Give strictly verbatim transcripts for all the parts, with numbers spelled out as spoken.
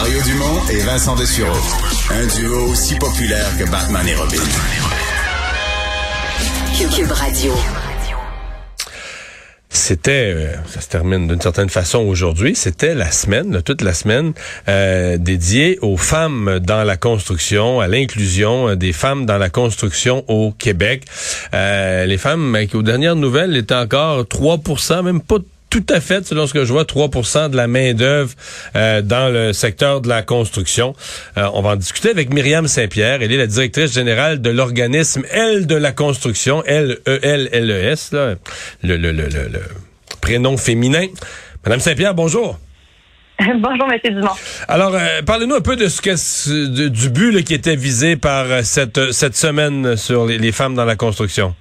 Mario Dumont et Vincent Dessureau. Un duo aussi populaire que Batman et Robin. Cube Radio. C'était, euh, ça se termine d'une certaine façon aujourd'hui, c'était la semaine, là, toute la semaine, euh, dédiée aux femmes dans la construction, à l'inclusion des femmes dans la construction au Québec. Euh, les femmes, qui aux dernières nouvelles, étaient encore trois pour cent, même pas tout à fait, selon ce que je vois, trois pour cent de la main-d'œuvre euh, dans le secteur de la construction. Euh, on va en discuter avec Myriam Saint-Pierre. Elle est la directrice générale de l'organisme L de la construction, L E L L E S, là, le, le, le, le, le prénom féminin. Madame Saint-Pierre, bonjour. Bonjour, M. Dumont. Alors, euh, parlez-nous un peu de ce que de, du but là, qui était visé par euh, cette, cette semaine sur les, les femmes dans la construction.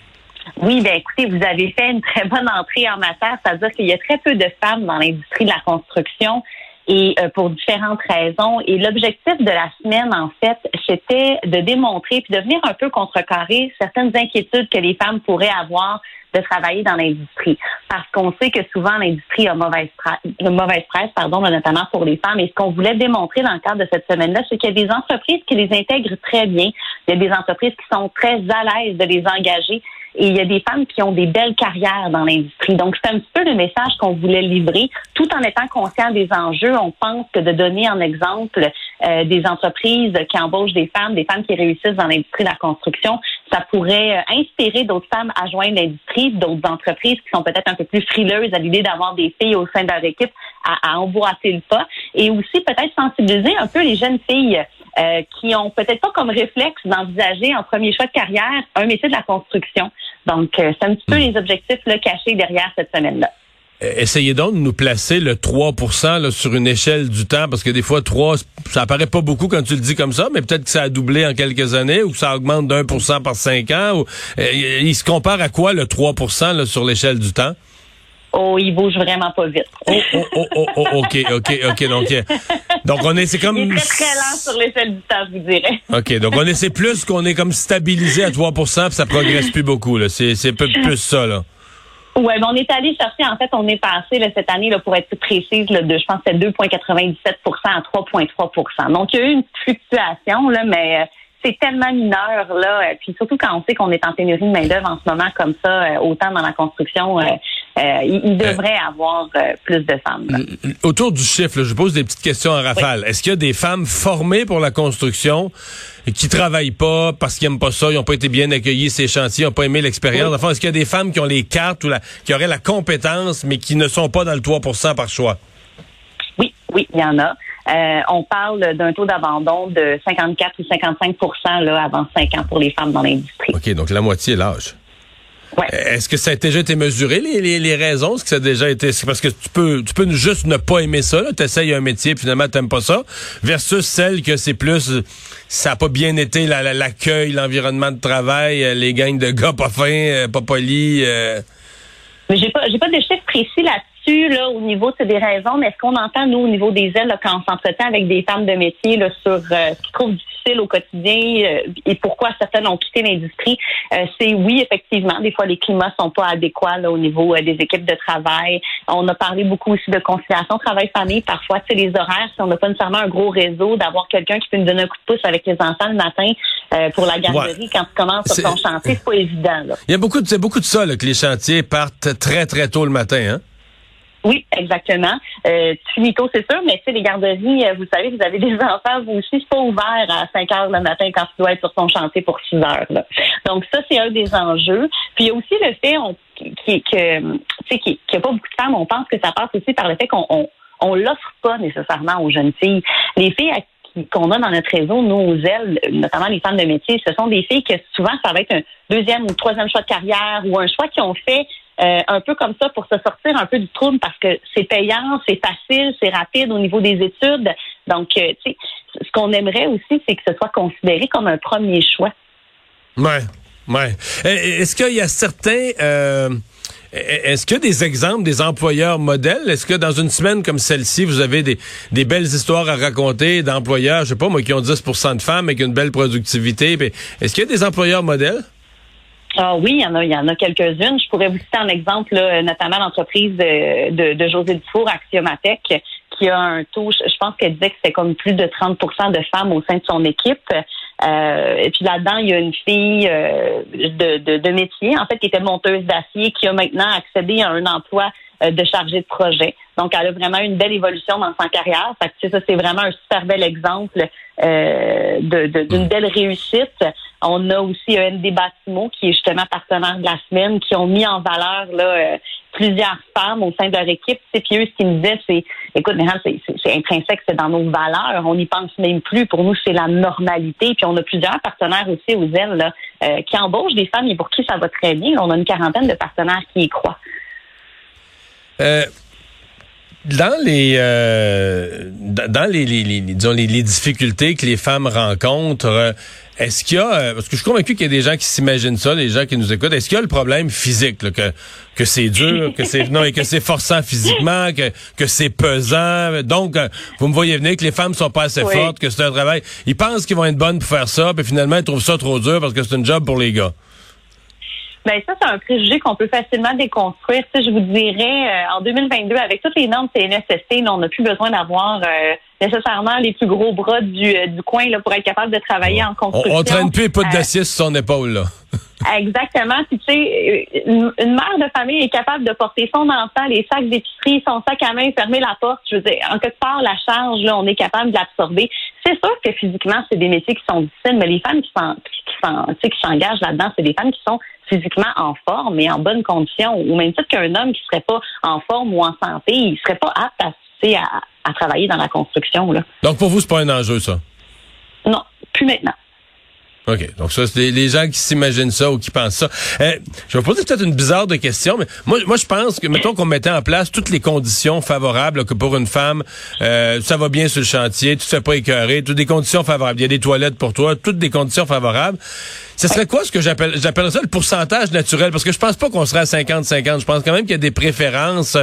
Oui, bien écoutez, vous avez fait une très bonne entrée en matière, c'est-à-dire qu'il y a très peu de femmes dans l'industrie de la construction et euh, pour différentes raisons. Et l'objectif de la semaine, en fait, c'était de démontrer puis de venir un peu contrecarrer certaines inquiétudes que les femmes pourraient avoir de travailler dans l'industrie. Parce qu'on sait que souvent l'industrie a mauvaise presse, mauvaise presse, pardon, notamment pour les femmes. Et ce qu'on voulait démontrer dans le cadre de cette semaine-là, c'est qu'il y a des entreprises qui les intègrent très bien. Il y a des entreprises qui sont très à l'aise de les engager. Et il y a des femmes qui ont des belles carrières dans l'industrie. Donc, c'est un petit peu le message qu'on voulait livrer, tout en étant conscient des enjeux. On pense que de donner en exemple euh, des entreprises qui embauchent des femmes, des femmes qui réussissent dans l'industrie de la construction, ça pourrait euh, inspirer d'autres femmes à joindre l'industrie, d'autres entreprises qui sont peut-être un peu plus frileuses à l'idée d'avoir des filles au sein de leur équipe à, à emboîter le pas. Et aussi peut-être sensibiliser un peu les jeunes filles Euh, qui ont peut-être pas comme réflexe d'envisager en premier choix de carrière un métier de la construction. Donc, euh, c'est un petit peu les objectifs là, cachés derrière cette semaine-là. Essayez donc de nous placer le trois pour cent là, sur une échelle du temps, parce que des fois, trois, ça apparaît pas beaucoup quand tu le dis comme ça, mais peut-être que ça a doublé en quelques années ou que ça augmente d'un pour cent par cinq ans. Ou, euh, il se compare à quoi le trois pour cent là, sur l'échelle du temps? Oh, il bouge vraiment pas vite. Oh, oh, oh, oh, oh, OK, OK, OK. Donc, donc on est, c'est comme... Il est très, très lent sur l'échelle du temps, je vous dirais. OK, donc on essaie plus qu'on est comme stabilisé à trois pour cent puis ça progresse plus beaucoup, là. C'est, c'est peu plus ça, là. Oui, mais on est allé chercher, en fait, on est passé là, cette année, là, pour être plus précise, là, de, je pense que c'était deux virgule quatre-vingt-dix-sept pour cent à trois virgule trois pour cent. Donc, il y a eu une petite fluctuation, là, mais... Euh, c'est tellement mineur, là, puis surtout quand on sait qu'on est en pénurie de main-d'œuvre en ce moment comme ça, autant dans la construction, euh, euh, il, il devrait euh, avoir euh, plus de femmes. Là. Autour du chiffre, là, je pose des petites questions en rafale. Oui. Est-ce qu'il y a des femmes formées pour la construction qui travaillent pas parce qu'ils aiment pas ça, ils n'ont pas été bien accueillis ces chantiers, ils n'ont pas aimé l'expérience? Oui. Enfin, est-ce qu'il y a des femmes qui ont les cartes ou la, qui auraient la compétence, mais qui ne sont pas dans le trois pour cent par choix? Oui, oui, il y en a. Euh, on parle d'un taux d'abandon de cinquante-quatre ou cinquante-cinq pour cent là, avant cinq ans pour les femmes dans l'industrie. OK, donc la moitié est l'âge. Ouais. Est-ce que ça a déjà été mesuré, les, les, les raisons? Est-ce que ça a déjà été... C'est parce que tu peux tu peux juste ne pas aimer ça. Tu essayes un métier, puis finalement, tu n'aimes pas ça. Versus celle que c'est plus... Ça n'a pas bien été la, la, l'accueil, l'environnement de travail, les gangs de gars pas fins, pas polis. Euh... Mais j'ai pas, j'ai pas de chiffres précis là-dessus. Là, au niveau c'est des raisons, mais ce qu'on entend, nous, au niveau des ailes, là, quand on s'entretient avec des femmes de métier là, sur euh, ce qu'ils trouvent difficile au quotidien euh, et pourquoi certaines ont quitté l'industrie, euh, c'est oui, effectivement, des fois les climats sont pas adéquats là, au niveau euh, des équipes de travail. On a parlé beaucoup aussi de conciliation travail-famille. Parfois, tu sais, les horaires, si on n'a pas nécessairement un gros réseau, d'avoir quelqu'un qui peut nous donner un coup de pouce avec les enfants le matin euh, pour la garderie ouais. quand tu commences sur ton chantier, c'est pas évident. Là. Il y a beaucoup de, c'est beaucoup de ça là, que les chantiers partent très, très tôt le matin, hein? Oui, exactement. Euh, tu finis tôt, c'est sûr, mais tu sais, les garderies, vous savez, vous avez des enfants, vous aussi, c'est pas ouvert à cinq heures le matin quand tu dois être sur ton chantier pour six heures. Là. Donc ça, c'est un des enjeux. Puis il y a aussi le fait on, qui, que, tu sais, qu'il n'y a pas beaucoup de femmes, on pense que ça passe aussi par le fait qu'on on, on l'offre pas nécessairement aux jeunes filles. Les filles à qu'on a dans notre réseau, nous, aux ailes, notamment les femmes de métier, ce sont des filles que souvent, ça va être un deuxième ou troisième choix de carrière ou un choix qu'ils ont fait euh, un peu comme ça pour se sortir un peu du trouble parce que c'est payant, c'est facile, c'est rapide au niveau des études. Donc, euh, tu sais, ce qu'on aimerait aussi, c'est que ce soit considéré comme un premier choix. Ouais, ouais. Est-ce qu'il y a certains... Euh... Est-ce qu'il y a des exemples des employeurs modèles? Est-ce que dans une semaine comme celle-ci, vous avez des, des belles histoires à raconter d'employeurs, je sais pas moi, qui ont dix pour cent de femmes avec une belle productivité? Est-ce qu'il y a des employeurs modèles? Ah oui, il y en a, il y en a quelques-unes. Je pourrais vous citer un exemple, là, notamment l'entreprise de, de, de José Dufour, Axiomatech, qui a un taux, je pense qu'elle disait que c'était comme plus de trente pour cent de femmes au sein de son équipe. Euh, et puis là-dedans, il y a une fille euh, de, de, de métier, en fait, qui était monteuse d'acier, qui a maintenant accédé à un emploi euh, de chargée de projet. Donc, elle a vraiment une belle évolution dans sa carrière. Fait que, ça, c'est vraiment un super bel exemple euh, de, de, d'une belle réussite. On a aussi un N D Bâtimo, qui est justement partenaire de la semaine, qui ont mis en valeur là euh, plusieurs femmes au sein de leur équipe. Puis eux, ce qu'ils me disaient, c'est, écoute, c'est, c'est, c'est intrinsèque, c'est dans nos valeurs. On n'y pense même plus. Pour nous, c'est la normalité. Puis on a plusieurs partenaires aussi aux ailes là, euh, qui embauchent des femmes et pour qui ça va très bien. On a une quarantaine de partenaires qui y croient. Euh... Dans les euh, dans les, les, les disons les, les difficultés que les femmes rencontrent, euh, est-ce qu'il y a euh, parce que je suis convaincu qu'il y a des gens qui s'imaginent ça, les gens qui nous écoutent, est-ce qu'il y a le problème physique là, que que c'est dur, que c'est non et que c'est forçant physiquement, que que c'est pesant. Donc euh, vous me voyez venir que les femmes sont pas assez oui. fortes, que c'est un travail. Ils pensent qu'ils vont être bonnes pour faire ça, puis finalement ils trouvent ça trop dur parce que c'est un job pour les gars. Ben ça, c'est un préjugé qu'on peut facilement déconstruire. Tu sais, je vous dirais, euh, en deux mille vingt-deux, avec toutes les normes C N S S T, là, on n'a plus besoin d'avoir euh, nécessairement les plus gros bras du, euh, du coin là, pour être capable de travailler en construction. On, on traîne plus les poutres euh, d'acier sur son épaule, là. Exactement. Puis, tu sais, une, une mère de famille est capable de porter son enfant, les sacs d'épicerie, son sac à main, fermer la porte. Je veux dire, en quelque part, la charge, là, on est capable de l'absorber. C'est sûr que physiquement, c'est des métiers qui sont difficiles, mais les femmes qui s'en, qui s'en, tu sais, qui s'engagent là-dedans, c'est des femmes qui sont physiquement en forme et en bonne condition. Au même titre qu'un homme qui serait pas en forme ou en santé, il serait pas apte à, tu sais, à, à travailler dans la construction, là. Donc, pour vous, c'est pas un enjeu, ça? Non, plus maintenant. OK. Donc, ça, c'est les, les gens qui s'imaginent ça ou qui pensent ça. Euh, je vais poser peut-être une bizarre de question, mais moi, moi, je pense que, mettons qu'on mettait en place toutes les conditions favorables, là, que pour une femme, euh, ça va bien sur le chantier, tu te fais pas écœurer, toutes des conditions favorables. Il y a des toilettes pour toi, toutes des conditions favorables. Ce serait quoi ce que j'appelle, j'appellerais ça le pourcentage naturel? Parce que je pense pas qu'on serait à cinquante cinquante. Je pense quand même qu'il y a des préférences.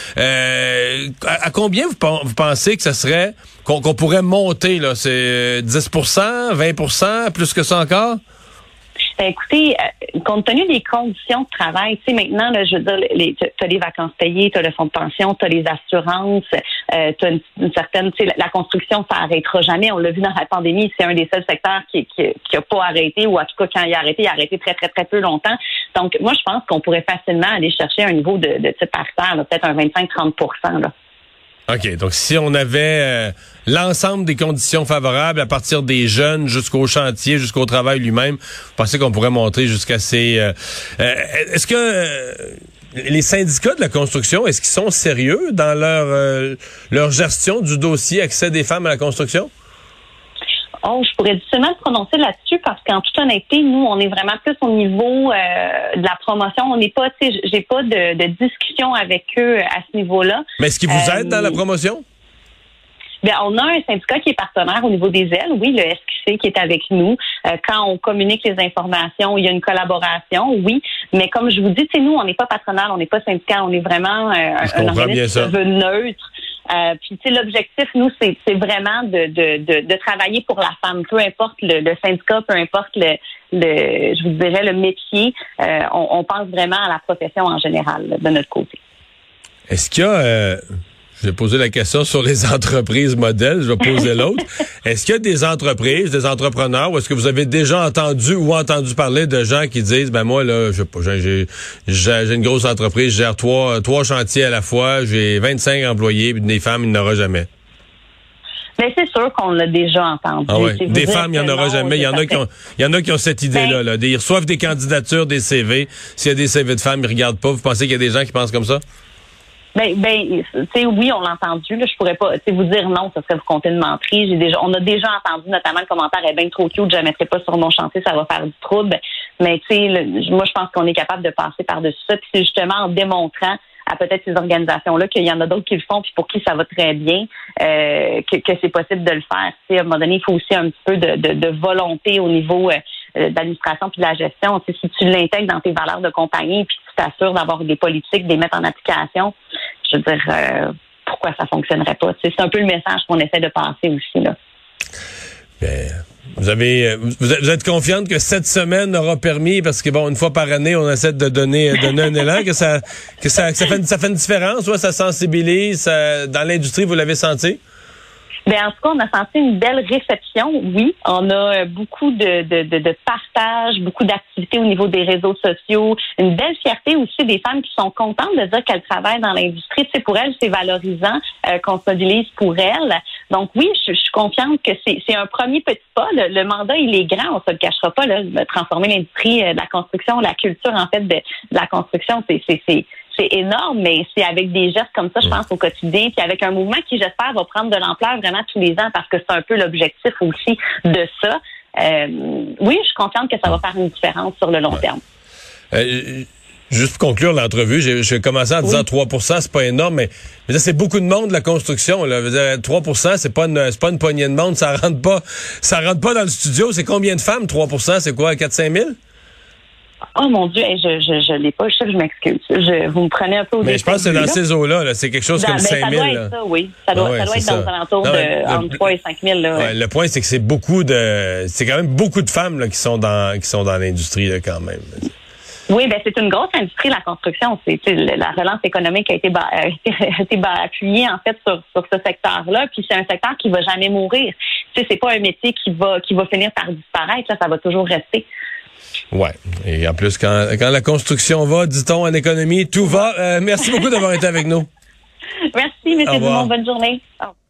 Euh, à, à combien vous, vous pensez que ça serait, qu'on, qu'on pourrait monter, là? C'est dix pour cent, vingt pour cent, plus que ça encore? Ben, écoutez, euh, compte tenu des conditions de travail, tu sais, maintenant, là, je veux dire, tu as les vacances payées, tu as le fonds de pension, tu as les assurances, euh, tu as une, une certaine, tu sais, la, la construction, ça n'arrêtera jamais. On l'a vu dans la pandémie, c'est un des seuls secteurs qui qui, qui a pas arrêté, ou en tout cas, quand il a arrêté, il a arrêté très, très, très peu longtemps. Donc, moi, je pense qu'on pourrait facilement aller chercher un niveau de, de type paritaire, là, peut-être un vingt-cinq à trente pour cent, là. OK. Donc, si on avait euh, l'ensemble des conditions favorables, à partir des jeunes jusqu'au chantier, jusqu'au travail lui-même, vous pensez qu'on pourrait monter jusqu'à ces... Euh, euh, est-ce que euh, les syndicats de la construction, est-ce qu'ils sont sérieux dans leur, euh, leur gestion du dossier accès des femmes à la construction? Oh, je pourrais difficilement me prononcer là-dessus parce qu'en toute honnêteté, nous, on est vraiment plus au niveau euh, de la promotion. On n'est pas, tu sais, j'ai pas de, de discussion avec eux à ce niveau-là. Mais est-ce qu'ils vous euh, aident dans la promotion? Bien, on a un syndicat qui est partenaire au niveau des ailes, oui, le S Q C qui est avec nous. Euh, quand on communique les informations, il y a une collaboration, oui. Mais comme je vous dis, tu sais, nous, on n'est pas patronal, on n'est pas syndical, on est vraiment euh, un organisme qui se veut neutre. Euh, puis, tu sais, l'objectif, nous, c'est, c'est vraiment de, de, de, de travailler pour la femme, peu importe le, le syndicat, peu importe le, le, je vous dirais, le métier. Euh, on, on pense vraiment à la profession en général, là, de notre côté. Est-ce qu'il y a... Euh... Je vais poser la question sur les entreprises modèles. Je vais poser l'autre. Est-ce qu'il y a des entreprises, des entrepreneurs, ou est-ce que vous avez déjà entendu ou entendu parler de gens qui disent, ben moi, là, je sais pas, j'ai, j'ai, j'ai une grosse entreprise, je gère trois, trois chantiers à la fois, j'ai vingt-cinq employés, puis des femmes, il n'y en aura jamais. Mais c'est sûr qu'on l'a déjà entendu. Ah ouais. Des femmes, il n'y en aura non, jamais. Il y en a qui ont, il y en a qui ont cette idée-là, ben, là. Ils reçoivent des candidatures, des C V. S'il y a des C V de femmes, ils regardent pas. Vous pensez qu'il y a des gens qui pensent comme ça? Ben, ben, tu sais, oui, on l'a entendu. Là, je pourrais pas, tu sais, vous dire non, ça serait vous compter une menterie. J'ai déjà, on a déjà entendu, notamment le commentaire est bien trop cute, je la mettrai pas sur mon chantier, ça va faire du trouble. Mais tu sais, moi, je pense qu'on est capable de passer par-dessus ça. Puis c'est justement en démontrant à peut-être ces organisations-là qu'il y en a d'autres qui le font, puis pour qui ça va très bien, euh, que, que c'est possible de le faire. Tu sais, à un moment donné, il faut aussi un petit peu de, de, de volonté au niveau euh, de l'administration puis de la gestion. Tu sais, si tu l'intègres dans tes valeurs de compagnie, puis tu t'assures d'avoir des politiques, de les mettre en application, je veux dire, euh, pourquoi ça fonctionnerait pas? Tu sais, c'est un peu le message qu'on essaie de passer aussi, là. Ben, vous avez, vous êtes, vous êtes confiante que cette semaine aura permis, parce que bon, une fois par année, on essaie de donner, donner un élan, que ça, que ça, que ça fait, ça fait une différence, ouais, ça sensibilise, ça, dans l'industrie, vous l'avez senti? Ben, en tout cas, on a senti une belle réception, oui. On a beaucoup de, de, de, de partage, beaucoup d'activités au niveau des réseaux sociaux, une belle fierté aussi des femmes qui sont contentes de dire qu'elles travaillent dans l'industrie. Tu sais, pour elles, c'est valorisant euh, qu'on se mobilise pour elles. Donc oui, je, je suis confiante que c'est, c'est un premier petit pas. Le, le mandat, il est grand, on se le cachera pas, là, de transformer l'industrie de la construction, la culture, en fait, de, de la construction, c'est, c'est, c'est C'est énorme, mais c'est avec des gestes comme ça, je pense, au quotidien, puis avec un mouvement qui, j'espère, va prendre de l'ampleur vraiment tous les ans, parce que c'est un peu l'objectif aussi de ça. Euh, oui, je suis confiante que ça va faire une différence sur le long ouais. terme. Euh, juste pour conclure l'entrevue, j'ai, j'ai commencé en disant oui. trois pour cent, c'est pas énorme, mais, mais ça, c'est beaucoup de monde de la construction. Là. Je veux dire, trois pour cent, c'est pas une, c'est pas une poignée de monde, ça rentre pas, ça rentre pas dans le studio. C'est combien de femmes, trois pour cent? C'est quoi, quatre à cinq mille? Oh mon Dieu, hey, je je je l'ai pas, je sais que je m'excuse. Je, vous me prenez un peu au Mais je pense que c'est dans là. Ces eaux-là, là, c'est quelque chose dans, comme cinq mille. Ça doit être ça, oui. Ça doit, ah ouais, ça doit être ça. Dans les alentours non, de le, entre trois et cinq mille. Là, ouais. Ouais, le point, c'est que c'est beaucoup de... C'est quand même beaucoup de femmes là, qui sont dans qui sont dans l'industrie là, quand même. Oui, ben c'est une grosse industrie, la construction. C'est la relance économique a été, ba, a été ba, appuyée en fait sur, sur ce secteur-là. Puis c'est un secteur qui va jamais mourir. Tu sais, c'est pas un métier qui va qui va finir par disparaître. Là, ça va toujours rester. Ouais. Et en plus, quand, quand la construction va, dit-on, en économie, tout va. Euh, merci beaucoup d'avoir été avec nous. Merci, M. Dumont. Bonne journée. Au revoir.